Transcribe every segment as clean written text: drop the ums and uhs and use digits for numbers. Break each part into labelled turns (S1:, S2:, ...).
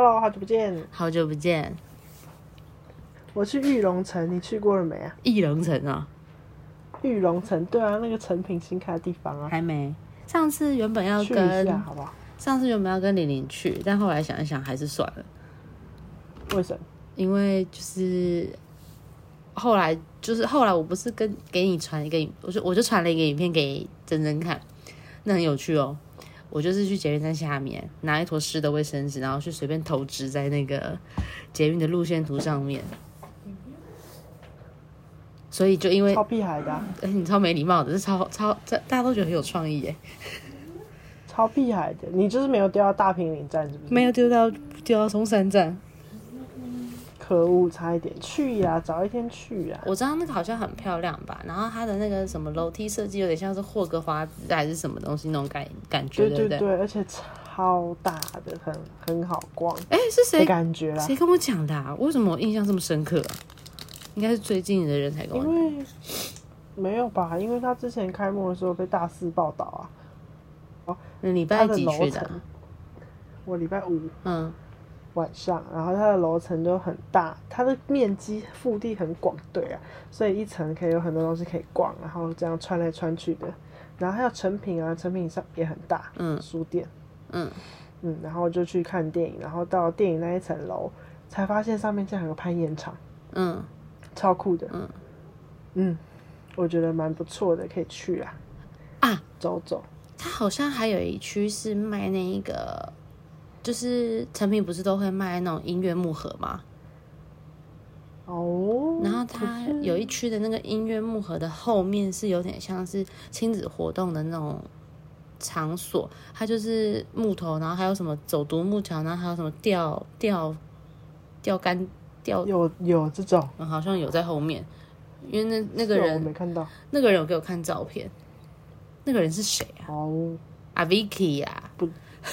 S1: Hello， 好久不见。
S2: 好久不见。
S1: 我去玉龙城，你去过了没啊？
S2: 玉龙城啊？
S1: 玉龙城，对啊，那个成品新开的地方啊。
S2: 还没。上次原本要
S1: 去一下，好不好？
S2: 上次原本要跟玲玲去，但后来想一想还是算了。
S1: 为什么？
S2: 因为就是后来我不是给你传一个，我就传了一个影片给珍珍看，那很有趣哦。我就是去捷运站下面拿一坨湿的卫生纸，然后去随便投掷在那个捷运的路线图上面，所以就因为
S1: 超屁孩的啊，
S2: 你超没礼貌的，大家都觉得很有创意耶。
S1: 超屁孩的，你就是没有丢到大平岭站是不是？
S2: 没有丢到松山站。
S1: 可恶，差一点去呀，早一天去呀。
S2: 我知道那个好像很漂亮吧，然后它的那个什么楼梯设计有点像是霍格华兹还是什么东西那种感觉，对不对？
S1: 对，而且超大的，很好逛。
S2: 是谁
S1: 感觉啦？
S2: 谁跟我讲的啊？为什么我印象这么深刻啊？应该是最近的人才跟我讲。
S1: 因为没有吧？因为他之前开幕的时候被大肆报道啊。哦，
S2: 你礼拜几去的？
S1: 我礼拜五。晚上，然后它的楼层都很大，它的面积腹地很广，对啊，所以一层可以有很多东西可以逛，然后这样穿来穿去的。然后还有成品啊，成品上也很大，书店，然后就去看电影，然后到电影那一层楼，才发现上面竟然有个攀岩场，超酷的，我觉得蛮不错的，可以去啊，走走。
S2: 它好像还有一区是卖那一个。就是成品不是都会卖那种音乐木盒吗？然后它有一区的那个音乐木盒的后面是有点像是亲子活动的那种场所，它就是木头，然后还有什么走独木桥，然后还有什么钓竿
S1: 有这种，
S2: 好像有在后面，因为那个人
S1: 我没看到，
S2: 那个人有给我看照片，那个人是谁啊？Vicky 呀，
S1: 不，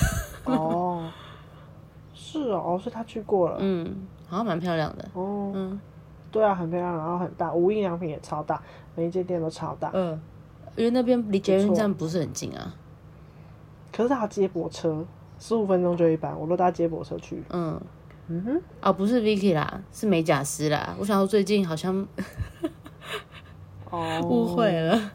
S1: 是哦，是他去过了，
S2: 好像蛮漂亮的，
S1: 对啊，很漂亮，然后很大，无印良品也超大，每一间店都超大，
S2: 因为那边离捷运站不是很近啊，
S1: 可是他接驳车15分钟就一班，我都搭接驳车去，
S2: 不是 Vicky 啦，是美甲师啦，我想说最近好像误会了，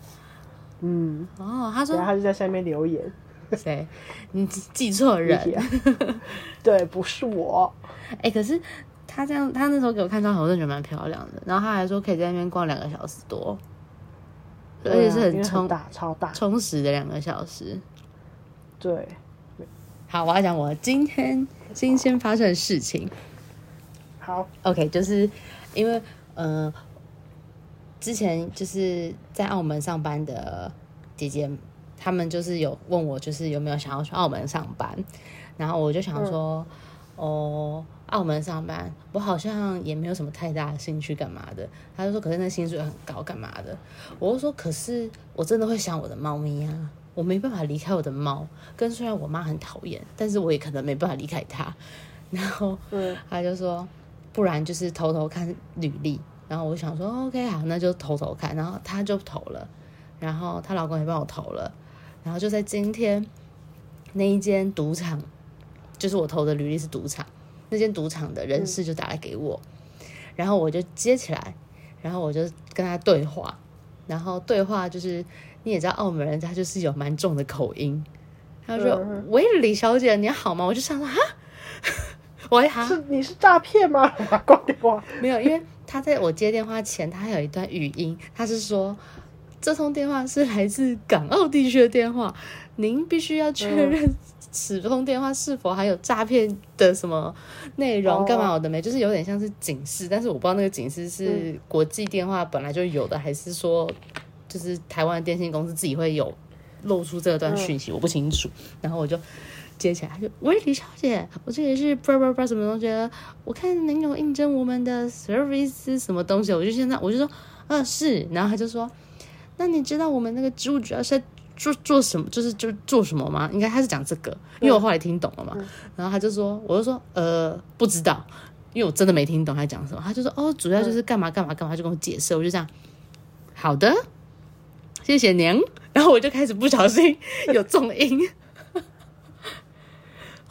S2: 他说
S1: 他就在下面留言。
S2: 谁？你记错人。
S1: 对，不是我。
S2: 可是他这样，他那时候给我看照片，我真的觉得蛮漂亮的。然后他还说可以在那边逛2个小时多，而且是
S1: 很大、超大、
S2: 充实的2个小时。
S1: 对。
S2: 好，我要讲我今天新鲜发生的事情。
S1: 好
S2: ，OK， 就是因为之前就是在澳门上班的姐姐。他们就是有问我，就是有没有想要去澳门上班，然后我就想说，澳门上班，我好像也没有什么太大的兴趣，干嘛的？他就说，可是那薪水很高，干嘛的？我就说，可是我真的会想我的猫咪啊，我没办法离开我的猫，跟虽然我妈很讨厌，但是我也可能没办法离开它。然后，他就说，不然就是偷偷看履历。然后我想说 ，OK， 好，那就偷偷看。然后他就投了，然后她老公也帮我投了。然后就在今天，那一间赌场，就是我投的履历是赌场，那间赌场的人事就打来给我，然后我就接起来，然后我就跟他对话，然后对话就是你也知道澳门人他就是有蛮重的口音，他说：“喂，李小姐你好吗？”我就想说哈，喂哈，
S1: 你是诈骗吗？我挂电话。
S2: 没有，因为他在我接电话前，他还有一段语音，他是说。这通电话是来自港澳地区的电话，您必须要确认此通电话是否还有诈骗的什么内容，干嘛我的没，就是有点像是警示，但是我不知道那个警示是国际电话本来就有的，还是说就是台湾的电信公司自己会有露出这段讯息，我不清楚。然后我就接起来，他就喂，李小姐，我这里是什么东西，我看您有应征我们的 service 什么东西，我就说是，然后他就说。那你知道我们那个职务主要是在做什么？就是做什么吗？应该他是讲这个，因为我后来听懂了嘛。然后他就说，我就说不知道，因为我真的没听懂他讲什么。他就说主要就是干嘛干嘛干嘛，他就跟我解释。我就这样，好的，谢谢您。然后我就开始不小心有重音，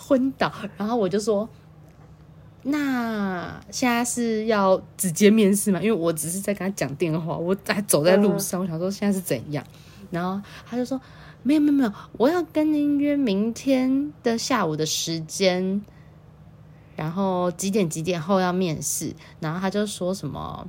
S2: 昏倒。然后我就说，那现在是要直接面试吗？因为我只是在跟他讲电话，我还走在路上，我想说现在是怎样。然后他就说没有，我要跟您约明天的下午的时间，然后几点后要面试。然后他就说什么，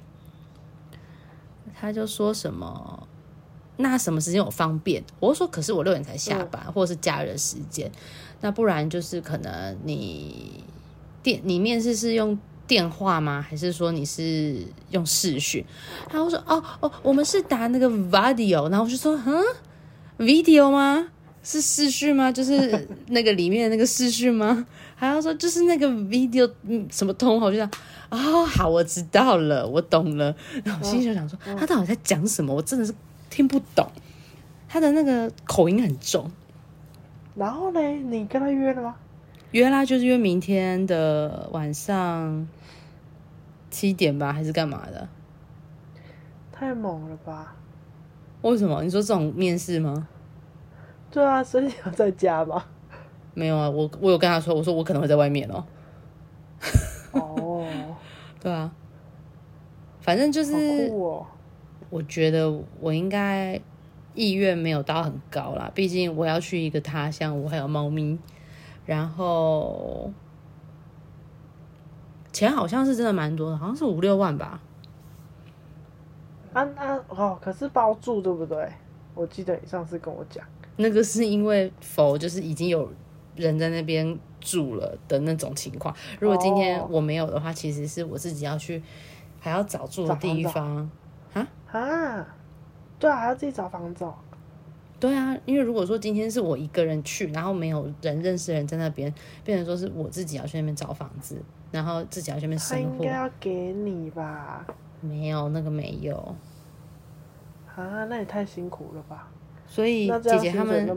S2: 那什么时间我方便？我说可是我6点才下班，或者是假日时间。那不然就是可能你面试是用电话吗？还是说你是用视讯？然后我说我们是打那个 video， 然后我就说video 吗？是视讯吗？就是那个里面的那个视讯吗？还要说就是那个 video 什么通话，我就想好，我知道了，我懂了。然后我心里就想说，他到底在讲什么？我真的是听不懂，他的那个口音很重。
S1: 然后呢，你跟他约了吗？
S2: 约啦，就是约明天的晚上7点吧，还是干嘛的？
S1: 太猛了吧！
S2: 为什么？你说这种面试吗？
S1: 对啊，所以你要在家吗？
S2: 没有啊，我有跟他说，我说我可能会在外面
S1: 哦，
S2: 对啊，反正就是，
S1: 好酷哦。
S2: 我觉得我应该意愿没有到很高啦，毕竟我要去一个他乡，我还有猫咪，然后钱好像是真的蛮多的，好像是5-6万吧。
S1: 可是包住对不对？我记得你上次跟我讲，
S2: 那个是因为就是已经有人在那边住了的那种情况。如果今天我没有的话，其实是我自己要去，还要找住的地方
S1: 对啊，还要自己找房子。
S2: 对啊，因为如果说今天是我一个人去，然后没有人认识的人在那边，变成说是我自己要去那边找房子，然后自己要去那边生活。
S1: 他应该要给你吧？
S2: 没有，那个没有。
S1: 那也太辛苦了吧？
S2: 所以姐姐他们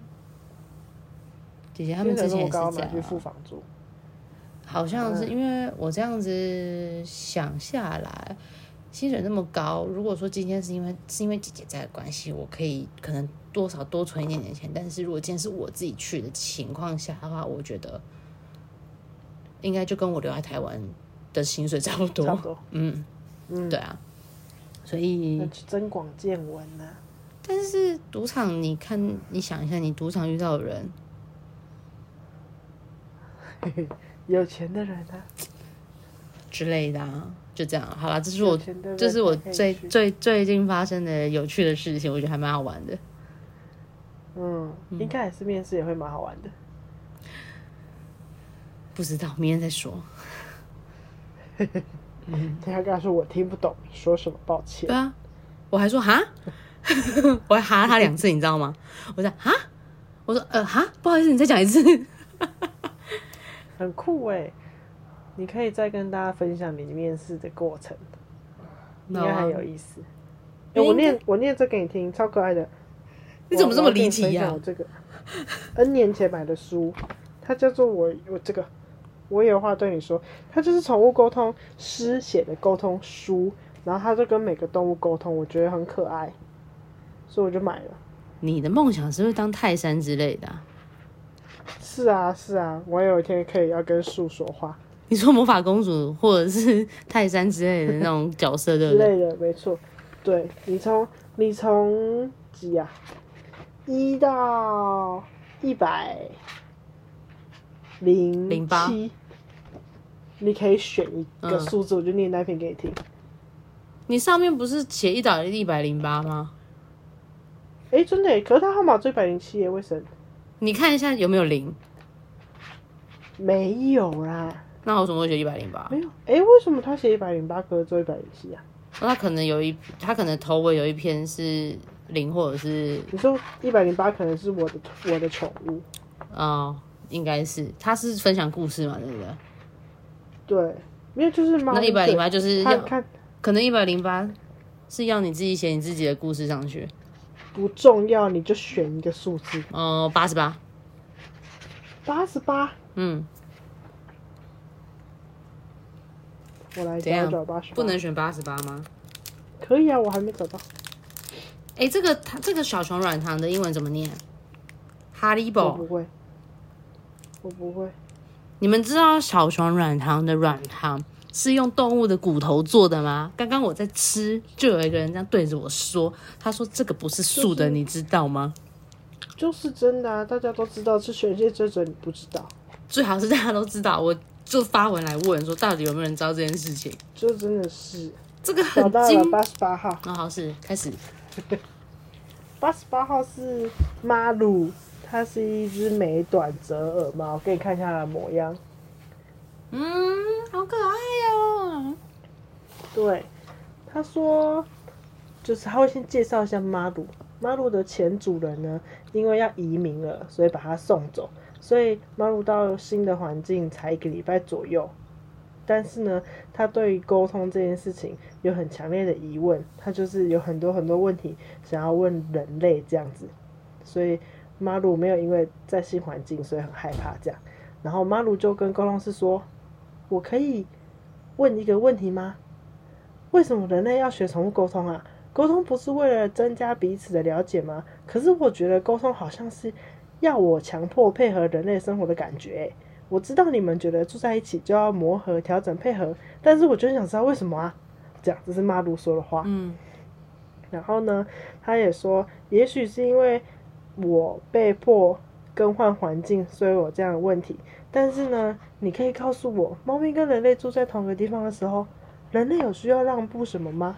S2: 之前也是这样，
S1: 去付房租，
S2: 好像是因为我这样子想下来，薪水那么高，如果说今天是因为姐姐在的关系，我可能多少多存一点点钱，但是如果今天是我自己去的情况下的话，我觉得应该就跟我留在台湾的薪水差不多。对啊，所以
S1: 增广见闻啊。
S2: 但是赌场，你想一下，你赌场遇到的人，
S1: 有钱的人啊
S2: 之类的啊，就这样。好啦，这是我最近发生的有趣的事情，我觉得还蛮好玩的。
S1: 应该也是面试也会蛮好玩的。
S2: 不知道，明天再说。
S1: 你要跟他说我听不懂你说什么，抱歉。
S2: 对啊，我还说我还哈他2次，你知道吗？我说我说不好意思，你再讲一次。
S1: 很酷欸，你可以再跟大家分享你面试的过程，应该很有意思。我念这给你听，超可爱的。
S2: 你怎么这么离奇呀？
S1: 我这个 N 年前买的书，它叫做我这个我有话对你说，它就是宠物沟通师写的沟通书，然后它就跟每个动物沟通，我觉得很可爱，所以我就买了。你
S2: 的梦想是不是当泰山之类的啊？
S1: 是啊，我有一天可以要跟树说话。
S2: 你说魔法公主或者是泰山之类的那种角色，对不对？
S1: 之类的，没错。对，你从几啊？1到107，你可以选一个数字，我就念那篇给你听。
S2: 你上面不是写1到108吗？
S1: 真的耶，可是他号码最107耶，为什么？你
S2: 看一下有没有0？
S1: 没有啦。
S2: 那我怎么会写108？
S1: 没有。为什么他写108，可是做107啊？
S2: 他可能他可能头尾有一篇是0，或者是
S1: 你说108可能是我的宠物
S2: 应该是他是分享故事嘛，对不对？
S1: 对，因为就是猫。
S2: 那108就是
S1: 看，
S2: 可能108是要你自己写你自己的故事上去。
S1: 不重要，你就选一个数字。
S2: 88。
S1: 88。我来找88。
S2: 不能选88吗？
S1: 可以啊，我还没找到。
S2: 这个小熊软糖的英文怎么念？哈利波。
S1: 我不会。 我不会。
S2: 你们知道小熊软糖的软糖是用动物的骨头做的吗？刚刚我在吃，就有一个人这样对着我说，他说这个不是素的，你知道吗？
S1: 就是真的啊，大家都知道，是全世界最准，你不知道。
S2: 最好是大家都知道，我就发文来问说，到底有没有人知道这件事情？
S1: 就真的是
S2: 这个很
S1: 找到了88号。
S2: 好，是开始。
S1: 88号是马鲁，它是一只美短折耳猫，给你看一下它的模样。
S2: 好可爱哦。
S1: 对，他说，就是他会先介绍一下马鲁。马鲁的前主人呢，因为要移民了，所以把他送走。所以马鲁到新的环境才1个礼拜左右。但是呢，他对于沟通这件事情有很强烈的疑问，他就是有很多问题想要问人类这样子。所以马鲁没有因为在新环境，所以很害怕这样。然后马鲁就跟沟通师说：“我可以问一个问题吗？为什么人类要学宠物沟通啊？沟通不是为了增加彼此的了解吗？可是我觉得沟通好像是要我强迫配合人类生活的感觉欸。我知道你们觉得住在一起就要磨合、调整、配合，但是我就想知道为什么啊？这样，这是马鲁说的话。然后呢，他也说，也许是因为我被迫更换环境，所以我有这样的问题。但是呢，你可以告诉我，猫咪跟人类住在同个地方的时候，人类有需要让步什么吗？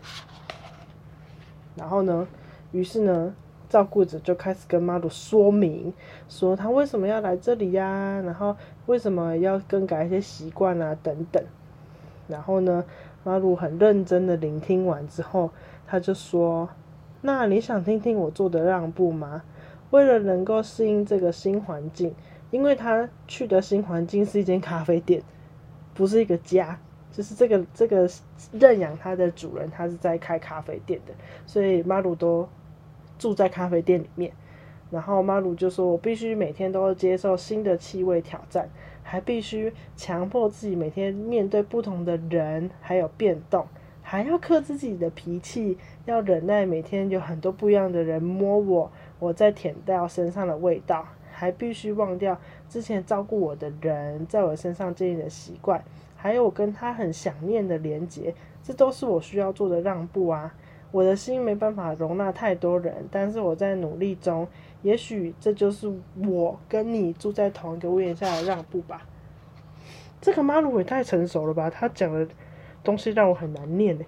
S1: 然后呢，于是呢，照顾者就开始跟马鲁说明，说他为什么要来这里呀，然后为什么要更改一些习惯啊，等等。然后呢，马鲁很认真的聆听完之后，他就说：“那你想听听我做的让步吗？为了能够适应这个新环境，因为他去的新环境是一间咖啡店，不是一个家。”就是这个认养他的主人，他是在开咖啡店的，所以马鲁都住在咖啡店里面。然后马鲁就说：“我必须每天都要接受新的气味挑战，还必须强迫自己每天面对不同的人，还有变动，还要克制自己的脾气，要忍耐每天有很多不一样的人摸我在舔到身上的味道，还必须忘掉之前照顾我的人在我身上建立的习惯。”还有我跟他很想念的连结，这都是我需要做的让步啊！我的心没办法容纳太多人，但是我在努力中，也许这就是我跟你住在同一个屋檐下的让步吧。这个马鲁也太成熟了吧，他讲的东西让我很难念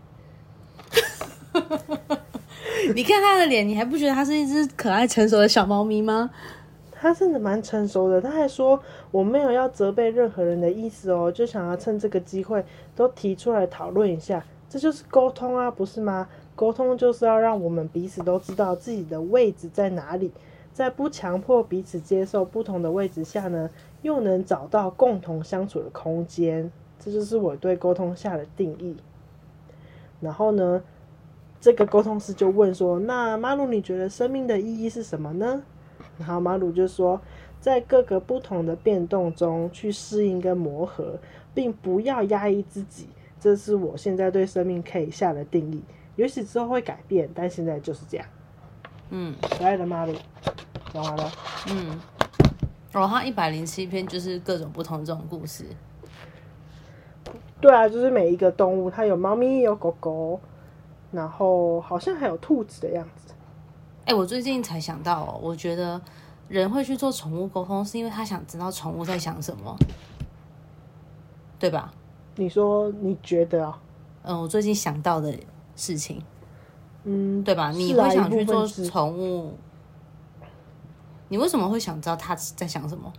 S2: 你看他的脸，你还不觉得他是一只可爱成熟的小猫咪吗？
S1: 他真的蛮成熟的，他还说我没有要责备任何人的意思哦，就想要趁这个机会都提出来讨论一下，这就是沟通啊，不是吗？沟通就是要让我们彼此都知道自己的位置在哪里，在不强迫彼此接受不同的位置下呢，又能找到共同相处的空间，这就是我对沟通下的定义。然后呢，这个沟通师就问说：“那马鲁，你觉得生命的意义是什么呢？”然后马鲁就说，在各个不同的变动中去适应跟磨合，并不要压抑自己，这是我现在对生命可以下的定义。也许之后会改变，但现在就是这样。可爱的马鲁，讲完了。
S2: 他107篇就是各种不同这种故事。
S1: 对啊，就是每一个动物，它有猫咪，有狗狗，然后好像还有兔子的样子。
S2: 我最近才想到我觉得人会去做宠物沟通，是因为他想知道宠物在想什么，对吧？
S1: 你说你觉得啊？
S2: 我最近想到的事情，对吧？你会想去做宠物，你为什么会想知道他在想什么？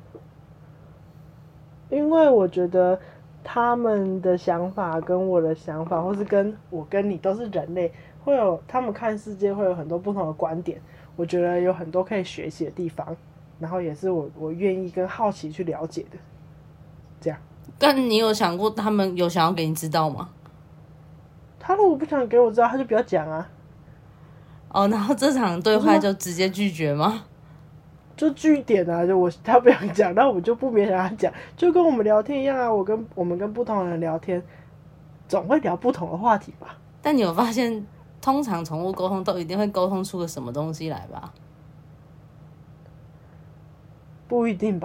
S1: 因为我觉得他们的想法跟我的想法，或是跟我跟你都是人类。会有他们看世界会有很多不同的观点，我觉得有很多可以学习的地方，然后也是我愿意跟好奇去了解的，这样。
S2: 但你有想过他们有想要给你知道吗？
S1: 他如果不想给我知道，他就不要讲啊。
S2: 然后这场对话就直接拒绝吗？
S1: 就据点啊，他不想讲，那我就不勉强他讲，就跟我们聊天一样啊。我们跟不同的人聊天，总会聊不同的话题吧。
S2: 但你有发现？通常宠物沟通都一定会沟通出个什么东西来吧？
S1: 不一定吧？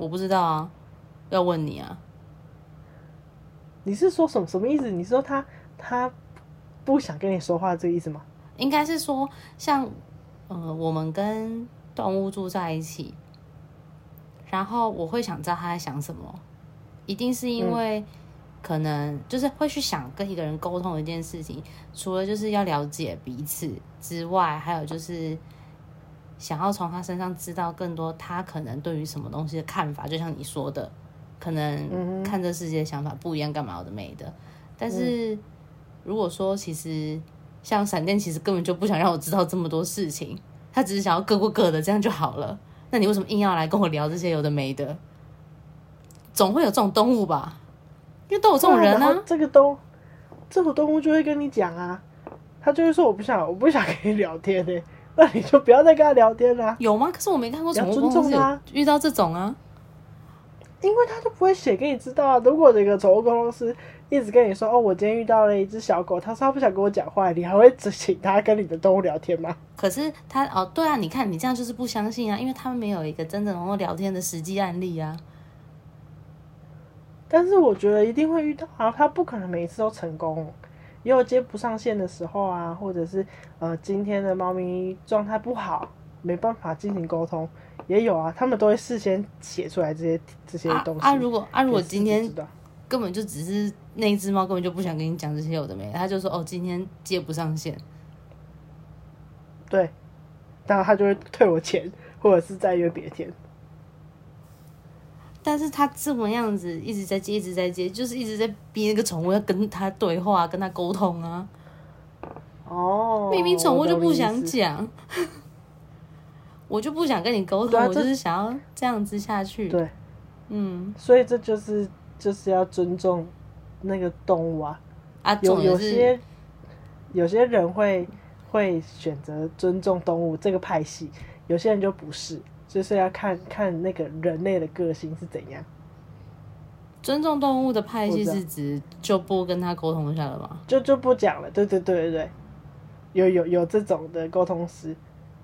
S2: 我不知道啊，要问你啊。
S1: 你是说什么意思？你说他不想跟你说话这个意思吗？
S2: 应该是说像我们跟动物住在一起，然后我会想知道他在想什么，一定是因为可能就是会去想跟一个人沟通一件事情，除了就是要了解彼此之外，还有就是想要从他身上知道更多他可能对于什么东西的看法，就像你说的，可能看这世界的想法不一样，干嘛有的没的。但是如果说其实像闪电，其实根本就不想让我知道这么多事情，他只是想要各过各的，这样就好了。那你为什么硬要来跟我聊这些有的没的？总会有这种动物吧？因为都有这种人啊。
S1: 这种动物就会跟你讲啊，他就会说我不想跟你聊天欸，那你就不要再跟他聊天啦。
S2: 有吗？可是我没看过宠物公司有遇到这种啊。
S1: 因为他就不会写给你知道啊。如果这个宠物公司一直跟你说，哦，我今天遇到了一只小狗，他说他不想跟我讲话，你还会请他跟你的动物聊天吗？
S2: 可是他对啊，你看你这样就是不相信啊，因为他们没有一个真正能够聊天的实际案例啊。
S1: 但是我觉得一定会遇到啊，他不可能每一次都成功，也有接不上线的时候啊，或者是今天的猫咪状态不好，没办法进行沟通，也有啊，他们都会事先写出来这些东西。
S2: 如果今天根本就只是那一只猫根本就不想跟你讲这些有的没的，他就说哦今天接不上线，
S1: 对，当然他就会退我钱，或者是再约别天。
S2: 但是他这么样子一直在接，就是一直在逼那个宠物要跟他对话，跟他沟通啊。
S1: 哦，
S2: 明明宠物就不想讲，我就不想跟你沟通，我就是想要这样子下去。
S1: 对，所以这就是要尊重那个动物啊。有些人会选择尊重动物这个派系，有些人就不是。就是要看那个人类的个性是怎样。
S2: 尊重动物的派系是指就不跟他沟通一下了吗？
S1: 就不讲了，对，有这种的沟通师。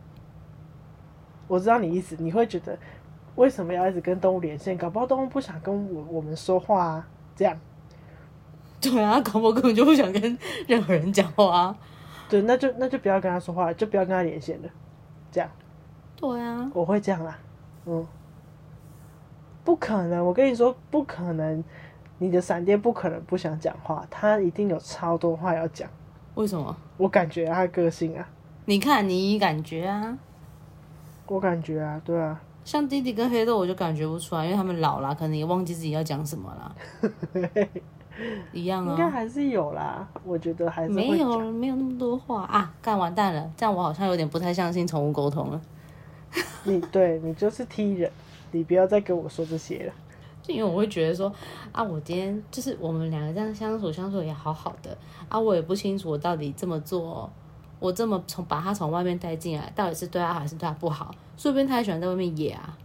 S1: 我知道你意思，你会觉得为什么要一直跟动物连线？搞不好动物不想跟我们说话啊，这样。
S2: 对啊，搞不好根本就不想跟任何人讲话啊。
S1: 对，那就不要跟他说话，就不要跟他连线了，这样。
S2: 对啊，
S1: 我会这样啦，不可能，我跟你说不可能，你的闪电不可能不想讲话，他一定有超多话要讲。
S2: 为什么？
S1: 我感觉他的个性啊。
S2: 你看，你感觉啊？
S1: 我感觉啊，对啊。
S2: 像弟弟跟黑豆，我就感觉不出来，因为他们老了，可能也忘记自己要讲什么了。一样啊，
S1: 应该还是有啦，我觉得还是会
S2: 没有那么多话啊，干完蛋了，这样我好像有点不太相信宠物沟通了。
S1: 你就是踢人，你不要再跟我说这些了。
S2: 就因为我会觉得说啊，我今天就是我们两个这样相处也好好的啊，我也不清楚我到底这么做，我这么把他从外面带进来，到底是对他还是对他不好？说不定他也喜欢在外面野啊。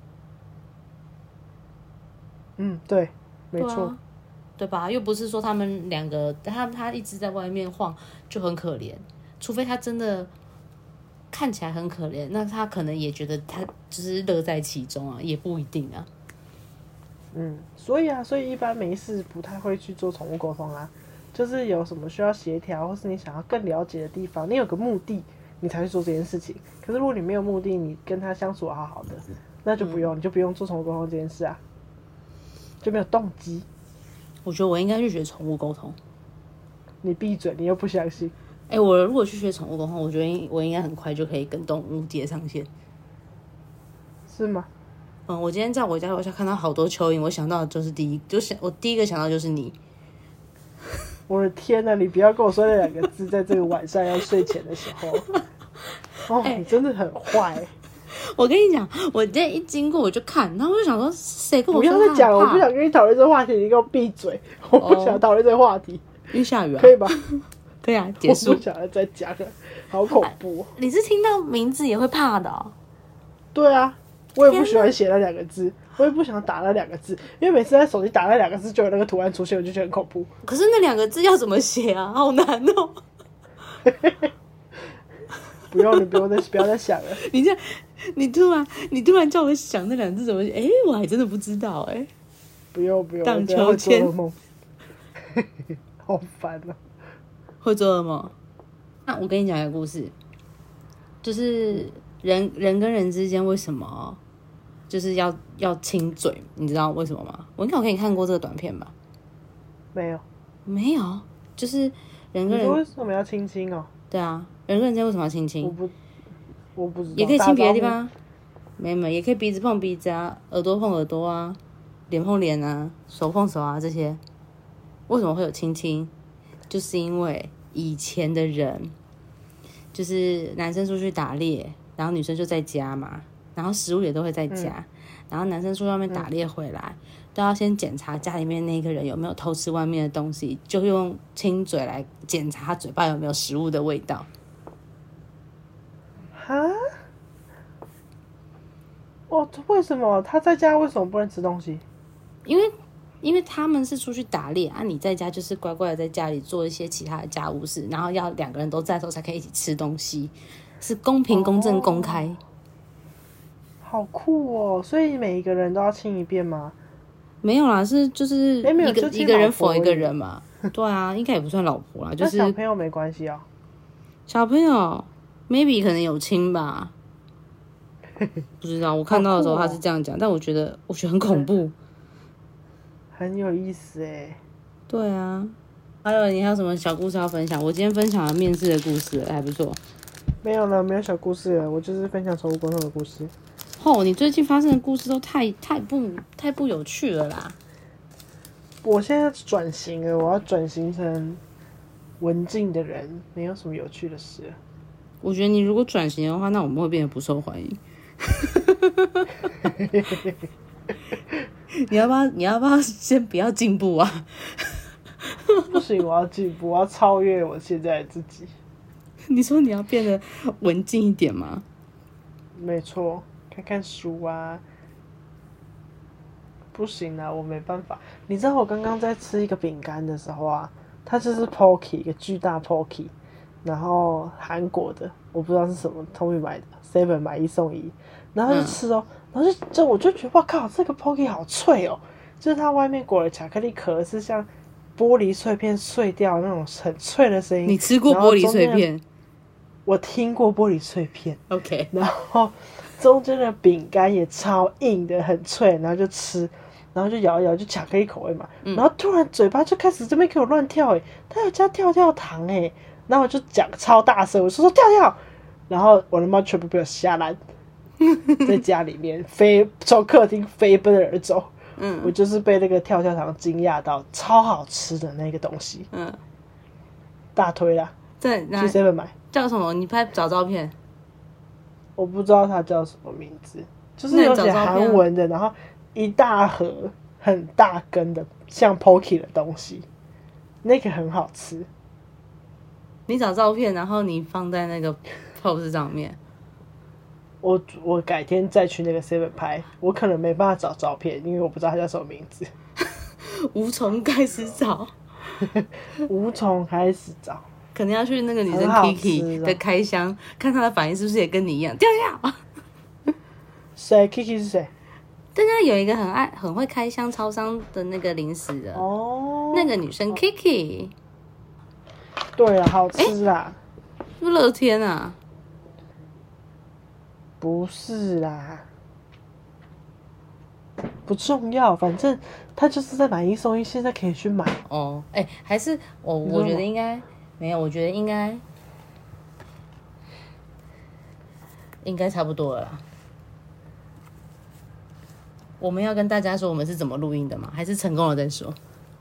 S1: 对，没错，
S2: 对吧？又不是说他们两个他一直在外面晃就很可怜，除非他真的看起来很可怜，那他可能也觉得他就是乐在其中啊，也不一定啊。
S1: 所以一般没事不太会去做宠物沟通啊，就是有什么需要协调，或是你想要更了解的地方，你有个目的，你才去做这件事情。可是如果你没有目的，你跟他相处好好的，那就不用，你就不用做宠物沟通这件事啊，就没有动机。
S2: 我觉得我应该去学宠物沟通。
S1: 你闭嘴，你又不相信。
S2: 我如果去学宠物沟通，我觉得我应该很快就可以跟动物接上线。
S1: 是吗？
S2: 我今天在我家楼下看到好多蚯蚓，我想到的就是我第一个想到就是你。
S1: 我的天哪！你不要跟我说那2个字，在这个晚上要睡前的时候。你真的很坏。
S2: 我跟你讲，我今天一经过我就看，然后我就想说，谁跟我说
S1: 不要再讲了，我不想跟你讨论这个话题，你给我闭嘴！我不想讨论这个话题。
S2: 因为下雨啊，
S1: 可以吧？
S2: 可以啊，结束。
S1: 我不想再讲了，好恐怖。
S2: 你是听到名字也会怕的哦？
S1: 对啊，我也不喜欢写那2个字，我也不想打那2个字，因为每次在手机打那2个字就有那个图案出现，我就觉得很恐怖。
S2: 可是那2个字要怎么写啊？好难哦。
S1: 不用，你不要再想了。
S2: 你这样你突然叫我想那两字怎么？我还真的不知道
S1: 不用，
S2: 荡秋千，
S1: 好烦啊！
S2: 会做噩梦。那我跟你讲一个故事，就是人跟人之间为什么就是要亲嘴？你知道为什么吗？我应该有给你看过这个短片吧？没有，就是人跟人
S1: 为什么要亲亲哦？
S2: 对啊，人跟人之间为什么要亲亲？
S1: 我不知道，
S2: 也可以亲别的地方，没，也可以鼻子碰鼻子啊，耳朵碰耳朵啊，脸碰脸啊，手碰手啊，这些为什么会有亲亲？就是因为以前的人，就是男生出去打猎，然后女生就在家嘛，然后食物也都会在家，然后男生出去外面打猎回来，都要先检查家里面那个人有没有偷吃外面的东西，就用亲嘴来检查他嘴巴有没有食物的味道。
S1: 哈？为什么他在家为什么不能吃东西？
S2: 因为他们是出去打猎啊，你在家就是乖乖的在家里做一些其他的家务事，然后要两个人都在的时候才可以一起吃东西，是公平、公正、公开。
S1: 好酷哦！所以每一个人都要亲一遍吗？
S2: 没有啦，是就是一个人否一个人嘛。对啊，应该也不算老婆啦，就是
S1: 小朋友没关系啊。
S2: 小朋友 maybe 可能有亲吧，不知道。我看到的时候他是这样讲，但我觉得很恐怖。
S1: 很有意思
S2: 对啊，你还有什么小故事要分享？我今天分享了面试的故事还不错。
S1: 没有了，没有小故事了，我就是分享宠物沟通的故事。
S2: 你最近发生的故事都太不有趣了啦。
S1: 我现在转型了，我要转型成文静的人，没有什么有趣的事了。
S2: 我觉得你如果转型的话，那我们会变得不受欢迎。你要不要先不要进步啊？
S1: 不行，我要进步，我要超越我现在的自己。
S2: 你说你要变得文静一点吗？
S1: 没错，看看书啊。不行啊，我没办法。你知道我刚刚在吃一个饼干的时候啊，它就是 Pocky 一个巨大 Pocky， 然后韩国的，我不知道是什么，Tommy 买的 ，Seven 买1送1，然后就吃哦，然后我就觉得哇靠，这个 Pocky 好脆哦，就是它外面裹了巧克力壳，是像玻璃碎片碎掉那种很脆的声音。
S2: 你吃过玻璃碎片？
S1: 我听过玻璃碎片。
S2: OK，
S1: 然后中间的饼干也超硬的，很脆，然后就吃。然后就摇一摇，就巧克力口味嘛，然后突然嘴巴就开始这边给我乱跳它有加跳跳糖然后我就讲超大声，我说跳跳，然后我的猫全部被我吓烂，在家里面从客厅飞奔而走，我就是被那个跳跳糖惊讶到，超好吃的那个东西，大推啦，
S2: 去
S1: 7-Eleven 买，
S2: 叫什么？你找照片，
S1: 我不知道它叫什么名字，就是有写韩文的，然后一大盒很大根的像 Pocky 的东西，那个很好吃。
S2: 你找照片，然后你放在那个 post 上面。
S1: 我改天再去那个 7 拍，我可能没办法找照片，因为我不知道它叫什么名字。
S2: 无从开始找，
S1: 无从开始找，
S2: 可能要去那个女生 Kiki 的开箱，看她的反应是不是也跟你一样掉掉。
S1: 谁 Kiki 是谁？
S2: 但她有一个很会开箱超商的那个零食的那个女生 Kiki。
S1: 对啊，好吃啊！
S2: 是不是乐天啊？
S1: 不是啦，不重要，反正他就是在买1送1，现在可以去买
S2: 哦。还是我觉得应该没有，我觉得应该差不多了啦。我们要跟大家说我们是怎么录音的吗？还是成功了再说？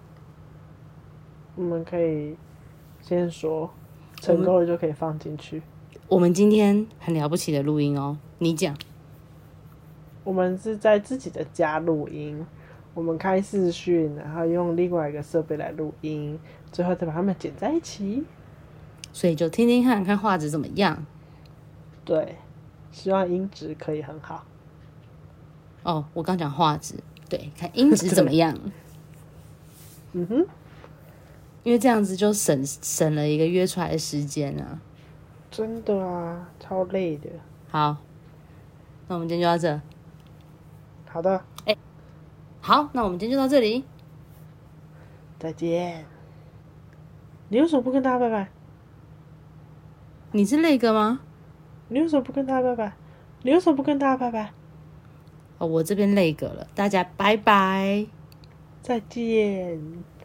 S1: 我们可以先说，成功了就可以放进去。
S2: 我们今天很了不起的录音哦，你讲。
S1: 我们是在自己的家录音，我们开视讯，然后用另外一个设备来录音，最后再把它们剪在一起。
S2: 所以就听听看画质怎么样。
S1: 对，希望音质可以很好。
S2: 哦，我刚讲画质，对，看音质怎么样。
S1: 嗯哼，
S2: 因为这样子就省了一个约出来的时间啊。
S1: 真的啊，超累的。
S2: 好， 那我们今天就到这。
S1: 好的，
S2: 好，那我们今天就到这里，
S1: 再见。你为什么不跟大家拜拜？
S2: 你是那个吗？
S1: 你为什么不跟大家拜拜？你为什么不跟大家拜拜？
S2: 我这边那个了，大家拜拜，
S1: 再见。